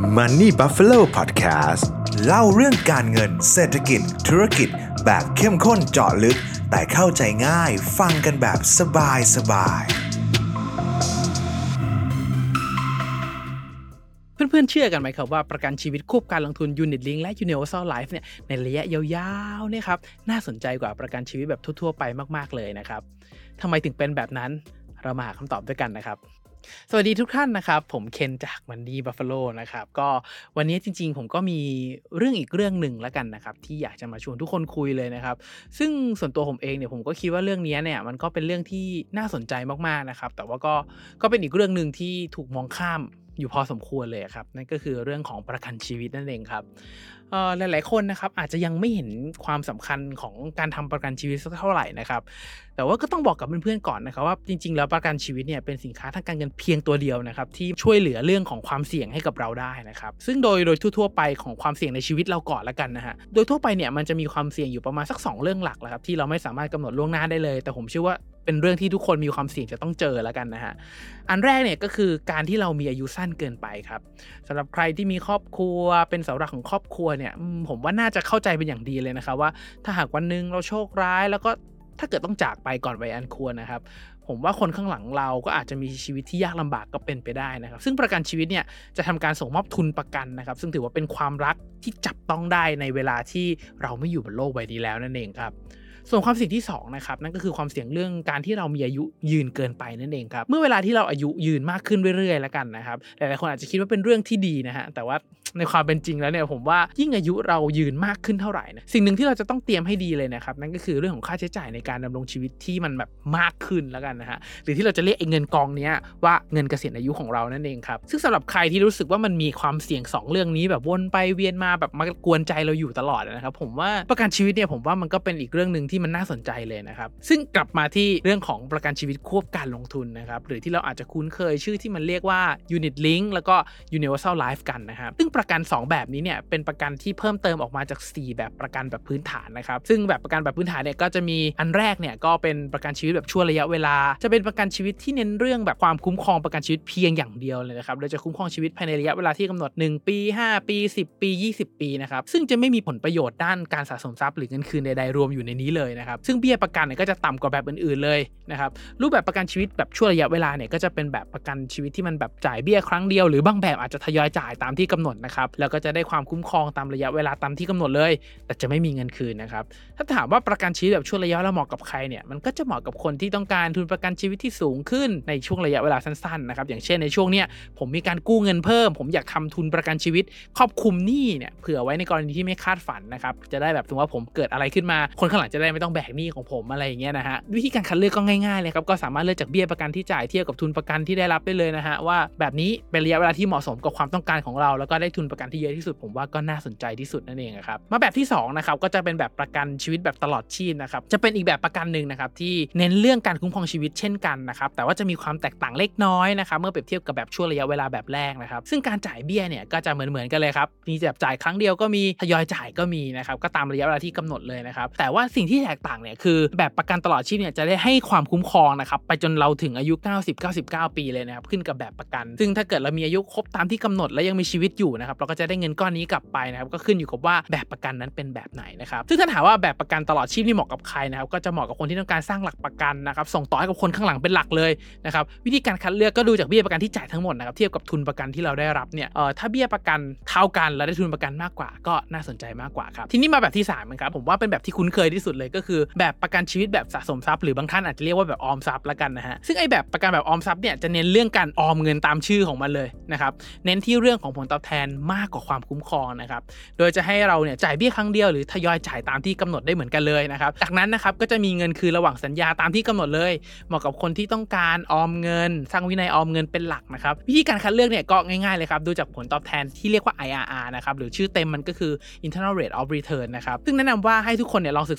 Money Buffalo Podcast เล่าเรื่องการเงินเศรษฐกิจธุรกิจแบบเข้มข้นเจาะลึกแต่เข้าใจง่ายฟังกันแบบสบายเพื่อนๆเชื่อกันไหมครับว่าประกันชีวิตควบการลงทุน Unit Link และ Universal Life เนี่ยในระยะยาวๆเนี่ยครับน่าสนใจกว่าประกันชีวิตแบบทั่วๆไปมากๆเลยนะครับทำไมถึงเป็นแบบนั้นเรามาหาคำตอบด้วยกันนะครับสวัสดีทุกท่านนะครับผมเคนจาก Money Buffalo นะครับก็วันนี้จริงๆผมก็มีเรื่องอีกเรื่องหนึ่งแล้วกันนะครับที่อยากจะมาชวนทุกคนคุยเลยนะครับซึ่งส่วนตัวผมเองเนี่ยผมก็คิดว่าเรื่องนี้เนี่ยมันก็เป็นเรื่องที่น่าสนใจมากๆนะครับแต่ว่าก็เป็นอีกเรื่องนึงที่ถูกมองข้ามอยู่พอสมควรเลยครับนั่นก็คือเรื่องของประกันชีวิตนั่นเองครับหลายๆคนนะครับอาจจะยังไม่เห็นความสำคัญของการทำประกันชีวิตสักเท่าไหร่นะครับแต่ว่าก็ต้องบอกกับเพื่อนๆก่อนนะครับว่าจริงๆแล้วประกันชีวิตเนี่ยเป็นสินค้าทางการเงินเพียงตัวเดียวนะครับที่ช่วยเหลือเรื่องของความเสี่ยงให้กับเราได้นะครับซึ่งโดยทั่วๆไปของความเสี่ยงในชีวิตเราก่อนละกันนะฮะโดยทั่วไปเนี่ยมันจะมีความเสี่ยงอยู่ประมาณสัก2เรื่องหลักแหละครับที่เราไม่สามารถกำหนดล่วงหน้าได้เลยแต่ผมเชื่อว่าเป็นเรื่องที่ทุกคนมีความเสี่ยงจะต้องเจอแล้วกันนะฮะอันแรกเนี่ยก็คือการที่เรามีอายุสั้นเกินไปครับสำหรับใครที่มีครอบครัวเป็นเสาหลักของครอบครัวเนี่ยผมว่าน่าจะเข้าใจเป็นอย่างดีเลยนะครับว่าถ้าหากวันนึงเราโชคร้ายแล้วก็ถ้าเกิดต้องจากไปก่อนวัยอันควรนะครับผมว่าคนข้างหลังเราก็อาจจะมีชีวิตที่ยากลำบากก็เป็นไปได้นะครับซึ่งประกันชีวิตเนี่ยจะทำการส่งมอบทุนประกันนะครับซึ่งถือว่าเป็นความรักที่จับต้องได้ในเวลาที่เราไม่อยู่บนโลกใบนี้แล้วนั่นเองครับส่วนความเสี่ยงที่2นะครับนั่นก็คือความเสี่ยงเรื่องการที่เรามีอายุยืนเกินไปนั่นเองครับเมื่อเวลาที่เราอายุยืนมากขึ้นเรื่อยๆแล้วกันนะครับหลายๆคนอาจจะคิดว่าเป็นเรื่องที่ดีนะฮะแต่ว่าในความเป็นจริงแล้วเนี่ยผมว่ายิ่งอายุเรายืนมากขึ้นเท่าไหร่นะสิ่งหนึ่งที่เราจะต้องเตรียมให้ดีเลยนะครับนั่นก็คือเรื่องของค่าใช้จ่ายในการดำรงชีวิตที่มันแบบมากขึ้นแล้วกันนะฮะหรือที่เราจะเรียกเงินกองนี้ว่าเงินเกษียณอายุของเรานั่นเองครับซึ่งสำหรับใครที่รู้สึกว่ามันมีความเสี่ยง2เรื่องนี้แบบวนไปเวียนมาแบบมากวนใจเราอยู่ตลอดนะครับผมว่าประกันชีวิตเนี่ยผมว่ามันก็เป็นอีกเรื่องนึงที่มันน่าสนใจเลยนะครับซึ่งกลับมาที่เรื่องของประกันชีวิตควบการลงทุนนะครับหรือที่เราอาจจะคุ้นเคยชื่อที่มันเรียกว่า Unit Link แล้วก็ Universal Life กันนะครับซึ่งประกัน2แบบนี้เนี่ยเป็นประกันที่เพิ่มเติมออกมาจาก4แบบประกันแบบพื้นฐานนะครับซึ่งแบบประกันแบบพื้นฐานเนี่ยก็จะมีอันแรกเนี่ยก็เป็นประกันชีวิตแบบชั่วระยะเวลาจะเป็นประกันชีวิตที่เน้นเรื่องแบบความคุ้มครองประกันชีวิตเพียงอย่างเดียวเลยนะครับโดยจะคุ้มครองชีวิตภายในระยะเวลาที่กำหนด1ปี5ปี10ปี20ปีนะครับซึ่งจะไม่มีผลประโยชน์ด้านการสะสมทรัพย์หรือเงินคืนใดๆรวมอยู่ในนี้เลยนะครับซึ่งเบี้ยประกันเนี่ยก็จะต่ำกว่าแบบอื่นๆเลยนะครับรูปแบบประกันชีวิตแบบชั่วระยะเวลาเนี่ยก็จะเป็นแบบประกันชีวิตที่มันแบบจ่ายเบี้ยครั้งเดียวหรือบางแบบอาจจะทยอยจ่ายตามที่กำหนดนะครับแล้วก็จะได้ความคุ้มครองตามระยะเวลาตามที่กำหนดเลยแต่จะไม่มีเงินคืนนะครับถ้าถามว่าประกันชีวิตแบบชั่วระยะเวลาเหมาะกับใครเนี่ยมันก็จะเหมาะกับคนที่ต้องการทุนประกันชีวิตที่สูงขึ้นในช่วงระยะเวลาสั้นๆนะครับอย่างเช่นในช่วงเนี้ยผมมีการกู้เงินเพิ่มผมอยากทำทุนประกันชีวิตครอบคลุมหนี้เนี่ยเผื่อไว้ในกรณีที่ไม่คาดฝันนะครับจะได้แบบสมมติว่าผมเกิดอะไรขึ้นมาคนข้างหลังจะได้ไม่ต้องแบกหนี้ของผมอะไรอย่างเงี้ยนะฮะวิธีการคัดเลือกก็ง่ายๆเลยครับก็สามารถเลือกจากเบี้ยประกันที่จ่ายเทียบกับทุนประกันที่ได้รับได้เลยนะฮะว่าแบบนี้เป็นระยะเวลาที่เหมาะสมกับความต้องการของเราแล้วก็ได้ทุนประกันที่เยอะที่สุดผมว่าก็น่าสนใจที่สุดนั่นเองครับมาแบบที่2นะครับก็จะเป็นแบบประกันชีวิตแบบตลอดชีพนะครับจะเป็นอีกแบบประกันนึงนะครับที่เน้นเรื่องการคุ้มครองชีวิตเช่นกันนะครับแต่ว่าจะมีความแตกต่างเล็กน้อยนะครับเมื่อเปรียบเทียบกับแบบช่วงระยะเวลาแบบแรกนะครับซึ่งการจ่ายเบี้ยเนี่ยก็จะเหมือนกันเลยครับมีแบบจ่ายครั้งเดียวก็มีทยอยจ่ายก็มีนะครับก็ตามระยะเวลาที่กำหนดเลยนะครับแต่ว่าสิ่งที่แตกต่างเนี่ยคือแบบประกันตลอดชีพเนี่ยจะได้ให้ความคุ้มครองนะครับไปจนเราถึงอายุ90-99 ปีเลยนะครับขึ้นกับแบบประกันซึ่งถ้าเกิดเรามีอายุครบตามที่กำหนดและยังมีชีวิตอยู่นะครับเราก็จะได้เงินก้อนนี้กลับไปนะครับก็ขึ้นอยู่กับว่าแบบประกันนั้นเป็นแบบไหนนะครับซึ่งถ้าถามว่าแบบประกันตลอดชีพนี่เหมาะกับใครนะครับก็จะเหมาะกับคนที่ต้องการสร้างหลักประกันนะครับส่งต่อให้กับคนข้างหลังเป็นหลักเลยนะครับวิธีการคัดเลือกก็ดูจากเบี้ยประกันที่จ่ายทั้งหมดนะครับเทียบกับทุนประกันที่เราได้รับเนี่ยถ้าเบี้ยประกันเท่ากันและได้ทุนประกันมากกว่าก็น่าสนใจมากกว่าครับทีนี้มาแบบที่3ครับผมว่าเป็นแบบที่คุ้นเคยที่สุดเลยก็คือแบบประกันชีวิตแบบสะสมทรัพย์หรือบางท่านอาจจะเรียกว่าแบบออมทรัพย์ละกันนะฮะซึ่งไอ้แบบประกันแบบออมทรัพย์เนี่ยจะเน้นเรื่องการออมเงินตามชื่อของมันเลยนะครับเน้นที่เรื่องของผลตอบแทนมากกว่าความคุ้มครองนะครับโดยจะให้เราเนี่ยจ่ายเบี้ยครั้งเดียวหรือทยอยจ่ายตามที่กำหนดได้เหมือนกันเลยนะครับจากนั้นนะครับก็จะมีเงินคืนระหว่างสัญญาตามที่กำหนดเลยเหมาะกับคนที่ต้องการออมเงินสร้างวินัยออมเงินเป็นหลักนะครับวิธีการคัดเลือกเนี่ยก็ง่ายๆเลยครับดูจากผลตอบแทนที่เรียกว่า IRR นะครับหรือชื่อเต็มมันก็คือ Internal Rate of Return นะครับซึ่งแนะนำว่าให้ทุกคนเนี่ยลองศึกษา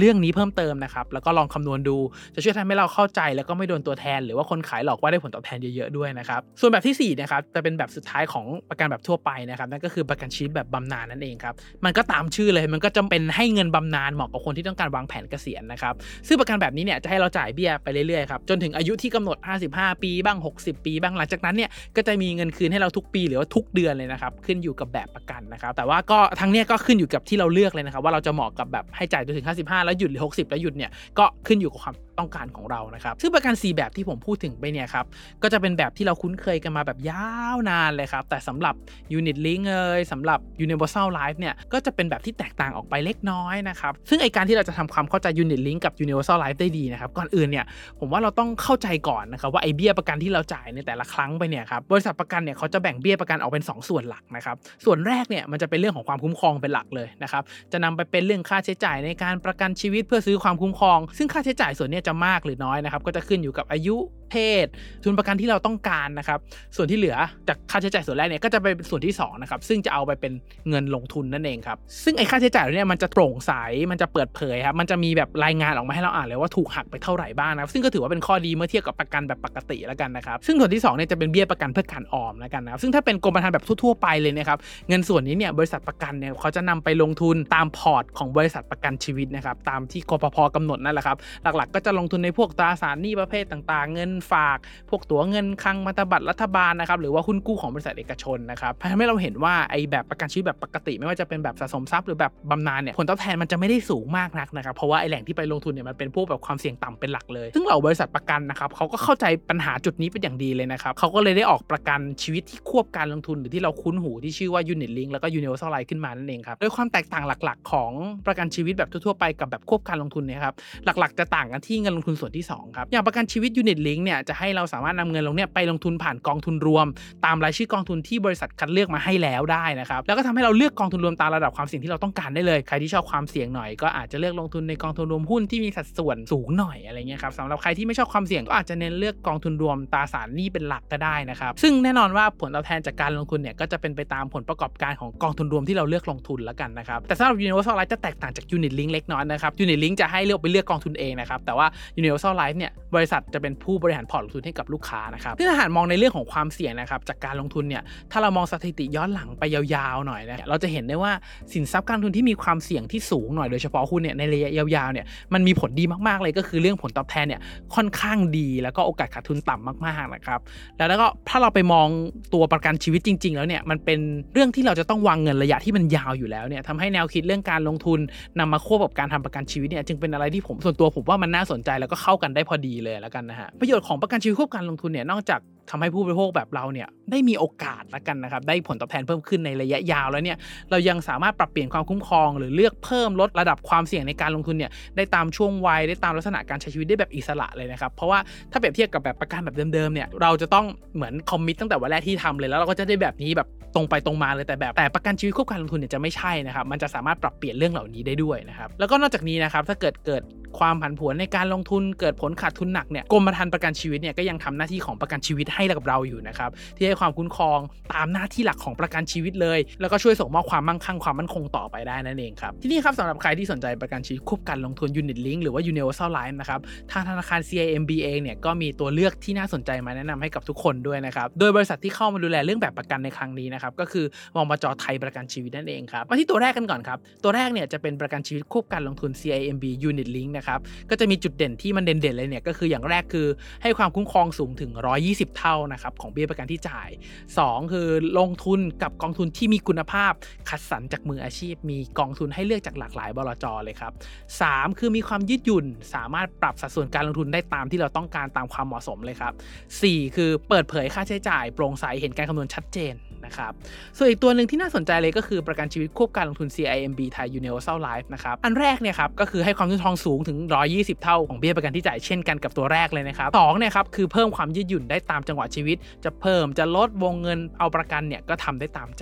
เรื่องนี้เพิ่มเติมนะครับแล้วก็ลองคำนวณดูจะช่วยทำให้เราเข้าใจแล้วก็ไม่โดนตัวแทนหรือว่าคนขายหลอกว่าได้ผลตอบแทนเยอะๆด้วยนะครับส่วนแบบที่4นะครับจะเป็นแบบสุดท้ายของประกันแบบทั่วไปนะครับนั่นก็คือประกันชีวิตแบบบำนาญนั่นเองครับมันก็ตามชื่อเลยมันก็จะเป็นให้เงินบำนาญเหมาะกับคนที่ต้องการวางแผนเกษียณนะครับซึ่งประกันแบบนี้เนี่ยจะให้เราจ่ายเบี้ยไปเรื่อยๆครับจนถึงอายุที่กำหนด55ปีบ้าง60ปีบ้างหลังจากนั้นเนี่ยก็จะมีเงินคืนให้เราทุกปีหรือว่าทุกเดือนเลยนะครับขึ้นอยู่กับแบบประกันนะครับแต่ว่าก็ทั้งเนี้ยก็ขึ้นอยู่กับที่เราเลือกเลยนะครับว่าเราจะเหมาะกับแบบให้จ่ายจนถึง55แล้วหยุดหรือ60แล้วหยุดเนี่ยก็ขึ้นอยู่กับความต้องการของเรานะครับซึ่งประกัน4แบบที่ผมพูดถึงไปเนี่ยครับก็จะเป็นแบบที่เราคุ้นเคยกันมาแบบยาวนานเลยครับแต่สำหรับ Unit Link สำหรับ Universal Life เนี่ยก็จะเป็นแบบที่แตกต่างออกไปเล็กน้อยนะครับซึ่งไอการที่เราจะทำความเข้าใจ Unit Link กับ Universal Life ได้ดีนะครับก่อนอื่นเนี่ยผมว่าเราต้องเข้าใจก่อนนะครับว่าไอเบี้ยประกันที่เราจ่ายในแต่ละครั้งไปเนี่ยครับบริษัทประกันเนี่ยเขาจะแบ่งเบี้ยประกันออกเป็น2ส่วนหลักนะครับส่วนแรกเนี่ยมันจะเป็นเรื่องของความคุ้มครองเป็นหลักเลยนะครับจะนำไปเป็นเรื่องค่าใช้จ่ายในการประกันชีวิตเพื่อซื้อความคุ้มครองซึ่งค่าใช้จ่ายส่วนนี้จะมากหรือน้อยนะครับก็จะขึ้นอยู่กับอายุเพศทุนประกันที่เราต้องการนะครับส่วนที่เหลือจากค่าใช้จ่ายส่วนแรกเนี่ยก็จะไปเป็นส่วนที่2นะครับซึ่งจะเอาไปเป็นเงินลงทุนนั่นเองครับซึ่งไอ้ค่าใช้จ่ายเนี่ยมันจะโปร่งใสมันจะเปิดเผยครับมันจะมีแบบรายงานออกมาให้เราอ่านเลยว่าถูกหักไปเท่าไหร่บ้างนะครับซึ่งก็ถือว่าเป็นข้อดีเมื่อเทียบกับประกันแบบปกติแล้วกันนะครับซึ่งส่วนที่2เนี่ยจะเป็นเบี้ยประกันเพื่อการออมแล้วกันนะครับซึ่งถ้าเป็นกรมธรรม์แบบทั่วๆไปเลยนะครับเงินส่วนนี้เนี่ยบริษัทประกันเนี่ยเขาจะนำไปลงทุนตามพอร์ตของบริษัทประกันชีวิตนะครับตามที่กปภ.กำหนดนั่นแหละครับหลักๆก็จะลงทุนในพวกตราสารหนี้ประเภทต่างๆเงินฝากพวกตั๋วเงินคลังพันธบัตรรัฐบาลนะครับหรือว่าหุ้นกู้ของบริษัทเอกชนนะครับทำให้เราเห็นว่าไอ้แบบประกันชีวิตแบบปกติไม่ว่าจะเป็นแบบสะสมทรัพย์หรือแบบบำนาญเนี่ยผลตอบแทนมันจะไม่ได้สูงมากนักนะครับเพราะว่าไอ้แหล่งที่ไปลงทุนเนี่ยมันเป็นพวกแบบความเสี่ยงต่ำเป็นหลักเลยซึ่งเหล่าบริษัทประกันนะครับเขาก็เข้าใจปัญหาจุดนี้เป็นอย่างดีเลยนะครับเขาก็เลยได้ออกประกันชีวิตที่ควบการลงทุนหรือที่เราคุ้นหูที่ชื่อว่า Unit Link แล้วก็ Universal Life ขึ้นมานั่นเองครับโดยความแตกต่างหลักๆของประกันชีวิตแบบทั่วๆไปกับแบบควบการลงทุนเนี่ยครับหลักๆจะต่างกันที่เงินลงทุนส่วนที่2ครับอย่างประกันชีวิต Unit Link เนี่ยจะให้เราสามารถนำเงินลงเนี่ยไปลงทุนผ่านกองทุนรวมตามรายชื่อกองทุนที่บริษัทคัดเลือกมาให้แล้วได้นะครับแล้วก็ทำให้เราเลือกกองทุนรวมตามระดับความเสี่ยงที่เราต้องการได้เลยใครที่ชอบความเสี่ยงหน่อยก็อาจจะเลือกลงทุนในกองทุนรวมหุ้นที่มีสัดส่วนสูงหน่อยอะไรเงี้ยครับสำหรับใครที่ไม่ชอบความเสี่ยงก็อาจจะเน้นเลือกกองทุนรวมตราสารหนี้เป็นหลักก็ได้นะครับซึ่งแน่นอนว่าผลตอบแทนจากการลงทุนเนี่ยก็จะเป็นไปตามผลประกอบการของกองทุนรวมที่เราเลือกลงทุนแล้วกันนะครับแต่สำหรับ Universal Life จะแตกต่างจาก Unit Link เล็กน้อยนะครับ Unit Link จะให้เลือกไปเลือกกองทุนเองนะครับแต่ว่า Universal Life เนี่ยบริษัทจะเป็นผู้บริหารพอร์ตลงทุนให้กับลูกค้านะครับถ้าหากมองในเรื่องของความเสี่ยงนะครับจากการลงทุนเนี่ยถ้าเรามองสถิติย้อนหลังไปยาวๆหน่อยนะเราจะเห็นได้ว่าสินทรัพย์การลงทุนที่มีความเสี่ยงที่สูงหน่อยโดยเฉพาะหุ้นเนี่ยในระยะยาวๆเนี่ยมันมีผลดีมากๆเลยก็คือเรื่องผลตอบแทนเนี่ยค่อนข้างดีแล้วก็โอกาสขาดทุนต่ำมากๆนะครับแล้วก็ถ้าเราไปมองตัวประกันชีวิตจริงๆแล้วเนี่ยมันเป็นเรื่องที่เราจะต้องวางเงินระยะที่มันยาวอยู่แล้วเนี่ยทำให้แนวคิดเรื่องการลงทุนนำมาควบกับการทำประกันชีวิตเนี่ยจึงเป็นอะไรที่ผมส่วนตัวผมว่ามันน่าสนใจแล้วก็เข้ากันได้พอดีเลยแล้วกันนะฮะประโยชน์ของประกันชีวิตควบการลงทุนเนี่ยนอกจากทำให้ผู้บริโภคแบบเราเนี่ยได้มีโอกาสละกันนะครับได้ผลตอบแทนเพิ่มขึ้นในระยะยาวแล้วเนี่ยเรายังสามารถปรับเปลี่ยนความคุ้มครองหรือเลือกเพิ่มลดระดับความเสี่ยงในการลงทุนเนี่ยได้ตามช่วงวัยได้ตามลักษณะการใช้ชีวิตได้แบบอิสระเลยนะครับเพราะว่าถ้าเปรียบเทียบกับแบบประกันแบบเดิมๆเนี่ยเราจะต้องเหมือนคอมมิตตั้งแต่วันแรกที่ทำเลยแล้วเราก็จะได้แบบนี้แบบตรงไปตรงมาเลยแต่ประกันชีวิตควบการลงทุนเนี่ยจะไม่ใช่นะครับมันจะสามารถปรับเปลี่ยนเรื่องเหล่านี้ได้ด้วยนะครับแล้วก็นอกจากนี้นะครับถ้าเกิดความผันผวนในการลงทุนเกิดผลขาดทุนหนักเนี่ยกรมธรรม์ประกันชีวิตเนี่ยก็ยังทำหน้าที่ของประกันชีวิตให้กับเราอยู่นะครับที่ให้ความคุ้มครองตามหน้าที่หลักของประกันชีวิตเลยแล้วก็ช่วยส่งมอบความมั่งคั่งความมั่นคงต่อไปได้นั่นเองครับที่นี่ครับสำหรับใครที่สนใจประกันชีวิตควบการลงทุน Unit Link หรือว่า Universal Life นะครับทางธนาคาร CIMB เองเนี่ยก็มีตัวเลือกที่น่าสนใจมาแนะนำให้กับทุกคนด้วยนะครับโดยบริษัทที่เข้ามาดูแลเรื่องแบบประกันในครั้งนี้นะครับก็คือมบจ.ไทยประกันชีวิตนั่นเองครับมาที่ตัวแรกกันก่อนครับตัวแรกเนี่ยจะเป็นประกันชีวิตควบการลงทุน CIMB Unit Link นะครับก็จะมีจุดเด่นที่มันเด่นๆเลยเนี่ยก็คืออย่างแรกคือให้ความคุ้มครองสูงถึง120เท่านะครับของเบี้ยประกันที่จ่าย2คือลงทุนกับกองทุนที่มีคุณภาพคัดสรรจากมืออาชีพมีกองทุนให้เลือกจากหลากหลายบลจ.เลยครับ3คือมีความยืดหยุ่นสามารถปรับสัดส่วนการลงทุนได้ตามที่เราต้องการตามความเหมาะสมเลยครับ4คือเปิดเผยค่าใช้จ่ายโปร่งใสเห็นการคำนวณชัดเจนนะครับส่วนอีกตัวหนึ่งที่น่าสนใจเลยก็คือประกันชีวิตควบการลงทุน CIMB Thai Universal Life นะครับอันแรกเนี่ยครับก็คือให้ความคุ้มครองสูงถึง120เท่าของเบี้ยประกันที่จ่ายเช่นกันกับตัวแรกเลยนะครับ2เนี่ยครับคือเพิ่มความยืดหยุ่นได้ตามจังหวะชีวิตจะเพิ่มจะลดวงเงินเอาประกันเนี่ยก็ทำได้ตามใจ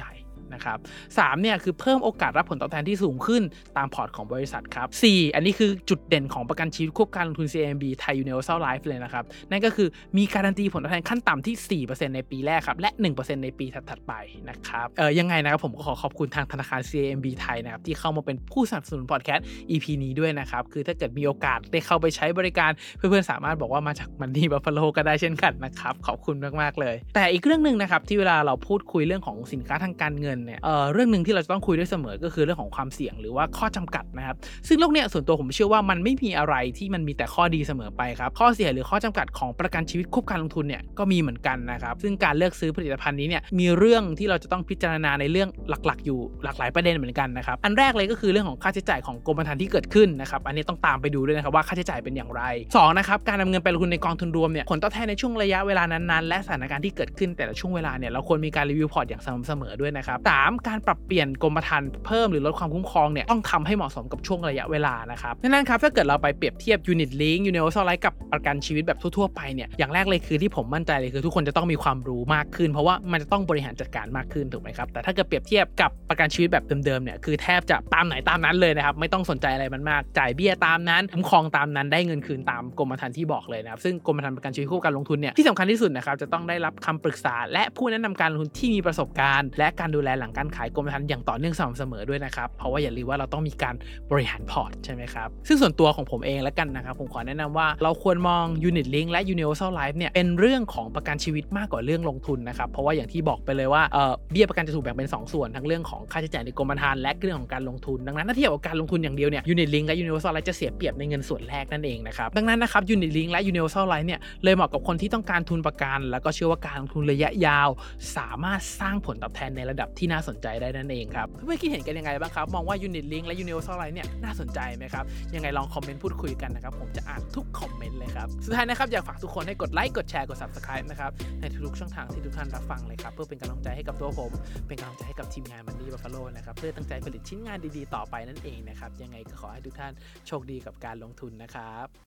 นะครับ3เนี่ยคือเพิ่มโอกาสรับผลตอบแทนที่สูงขึ้นตามพอร์ตของบริษัทครับ4อันนี้คือจุดเด่นของประกันชีวิตควบการลงทุน CMB Thai Universal Life เลยนะครับนั่นก็คือมีการันตีผลตอบแทนขั้นต่ำที่ 4% ในปีแรกครับและ 1% ในปีถัดๆไปนะครับยังไงนะครับผมก็ขอบคุณทางธนาคาร CMB ไทยนะครับที่เข้ามาเป็นผู้สนับสนุนพอดแคสต์ EP นี้ด้วยนะครับคือถ้าเกิดมีโอกาสได้เข้าไปใช้บริการเพื่อนๆสามารถบอกว่ามาจาก Money Buffalo ก็ได้เช่นกันนะครับขอบคุณมากๆเลยแต่อีกเรื่องนึงนะครับที่เวลาเราพูดคุยเรื่องของสินค้าทางการเงินเนี่ยเรื่องนึงที่เราจะต้องคุยด้วยเสมอก็คือเรื่องของความเสี่ยงหรือว่าข้อจำกัดนะครับซึ่งโลกเนี้ยส่วนตัวผมเชื่อว่ามันไม่มีอะไรที่มันมีแต่ข้อดีเสมอไปครับข้อเสียหรือข้อจำกัดของประกันชีวิตควบการลงทุนเนี่ยก็มีเหมือนกันนะครับซึ่งการเลือกซื้อผลิตภัณฑ์นี้เนี่ยมีเรื่องที่เราจะต้องพิจารณาในเรื่องหลักๆอยู่หลากหลายประเด็นเหมือนกันนะครับอันแรกเลยก็คือเรื่องของค่าใช้จ่ายของกรมธรรม์ที่เกิดขึ้นนะครับอันนี้ต้องตามไปดูด้วยนะครับว่าค่าใช้จ่ายเป็นอย่างไร2นะครับการนำเงินไปลงทุนในกองทุนรวมเนี่ยผลตอบแทนในช่วงระยะเวลานั้นๆและสถานการณ์ที่เกิดขึ้นแต่ละช่วงเวลาเนี่ยเราควรมีการรีวิวพอร์ตอย่างสม่ำเสมอด้วยนะครับ3การปรับเปลี่ยนกรมธรรม์เพิ่มหรือลดความคุ้มครองเนี่ยต้องทำให้เหมาะสมกับช่วงระยะเวลานะครับดังนั้นครับถ้าเกิดเราไปเปรียบเทียบ Unit Link Universal Life กับประกันชีวิตแบบทั่วๆไปเนี่ยอย่างแรกเลยคือที่ผมมั่นใจเลยคือทุกคนจะต้องมีความรู้มากขึ้นเพราะว่ามันจะต้องบริหารจัดการมากขึ้นถูกไหมครับแต่ถ้าเกิดเปรียบเทียบกับประกันชีวิตแบบเดิมๆเนี่ยคือแทบจะตามไหนตามนั้นเลยนะครับไม่ต้องสนใจอะไรมันมากจ่ายเบี้ยตามนั้นคุ้มครองตามนั้นได้เงินคืนตามกรมธรรม์ที่บอกเลยนะครับซึ่งกรมธรรม์ประกันชีวิตควบการลงทุนเนี่ยที่สำคัญที่สุดนะครับจะต้องได้รับคำปรึกษาและผู้แนะนำการลงทุนที่มีประสบการณ์และการดูแลหลังการขายกรมธรรม์อย่างต่อเนื่องสม่ำเสมอด้วยนะครับเพราะว่าอย่าลืมว่าเราต้องมีการบริหารพอร์ตใช่ไหมครับซึ่งส่วนตัวของผมเองแล้วกันนะครับผมขอแนะนำว่าเราควรมอง Unit Link และ Universal Life เนี่ยเป็นเรื่องของประกันชีวิตมากกว่าเรื่องลงทุนนะครับเพราะว่าอย่างที่บอกไปเลยว่าเบี้ยประกันจะถูกแบ่งเป็น2ส่วนทั้งเรื่องของค่าใช้จ่ายในกรมธรรม์และเรื่องของการลงทุนดังนั้นถ้าเทียบกับการลงทุนอย่างเดียวเนี่ย Unit Link และ Universal Life จะเสียเปรียบในเงินส่วนแรกนั่นเองนะครับดังนั้นนะครับ Unit Link และ Universal Life เนี่ยเลยเหมาะกับคนที่ต้องการทุนประกันแล้วก็เชื่อว่าการลงทุนระยะยาวสามารถสร้างผลตอบแทนในระดับที่น่าสนใจได้นั่นเองครับเพื่อนๆคิดเห็นกันยังไงบ้างครับมองว่า Unit Link และ Universal Life เนี่ยน่าสนใจไหมครับยังไงลองคอมเมนต์พูดคุยกันนะครับผมจะอ่านทุกคอมเมนต์เลยครับสุดท้ายนะครับอยากฝากทุกคนให้กดไลค์กดแชร์กด Subscribe นะครับในทุกๆช่องทางที่ทุกท่านรับฟังเลยครับเพื่อเป็นกำลังใจให้กับตัวผมเป็นกำลังใจให้กับทีมงาน Money Buffalo นะครับเพื่อตั้งใจผลิตชิ้นงานดีๆต่อไปนั่นเองนะครับยังไงก็ขอให้ทุกท่านโชคดีกับการลงทุนนะครับ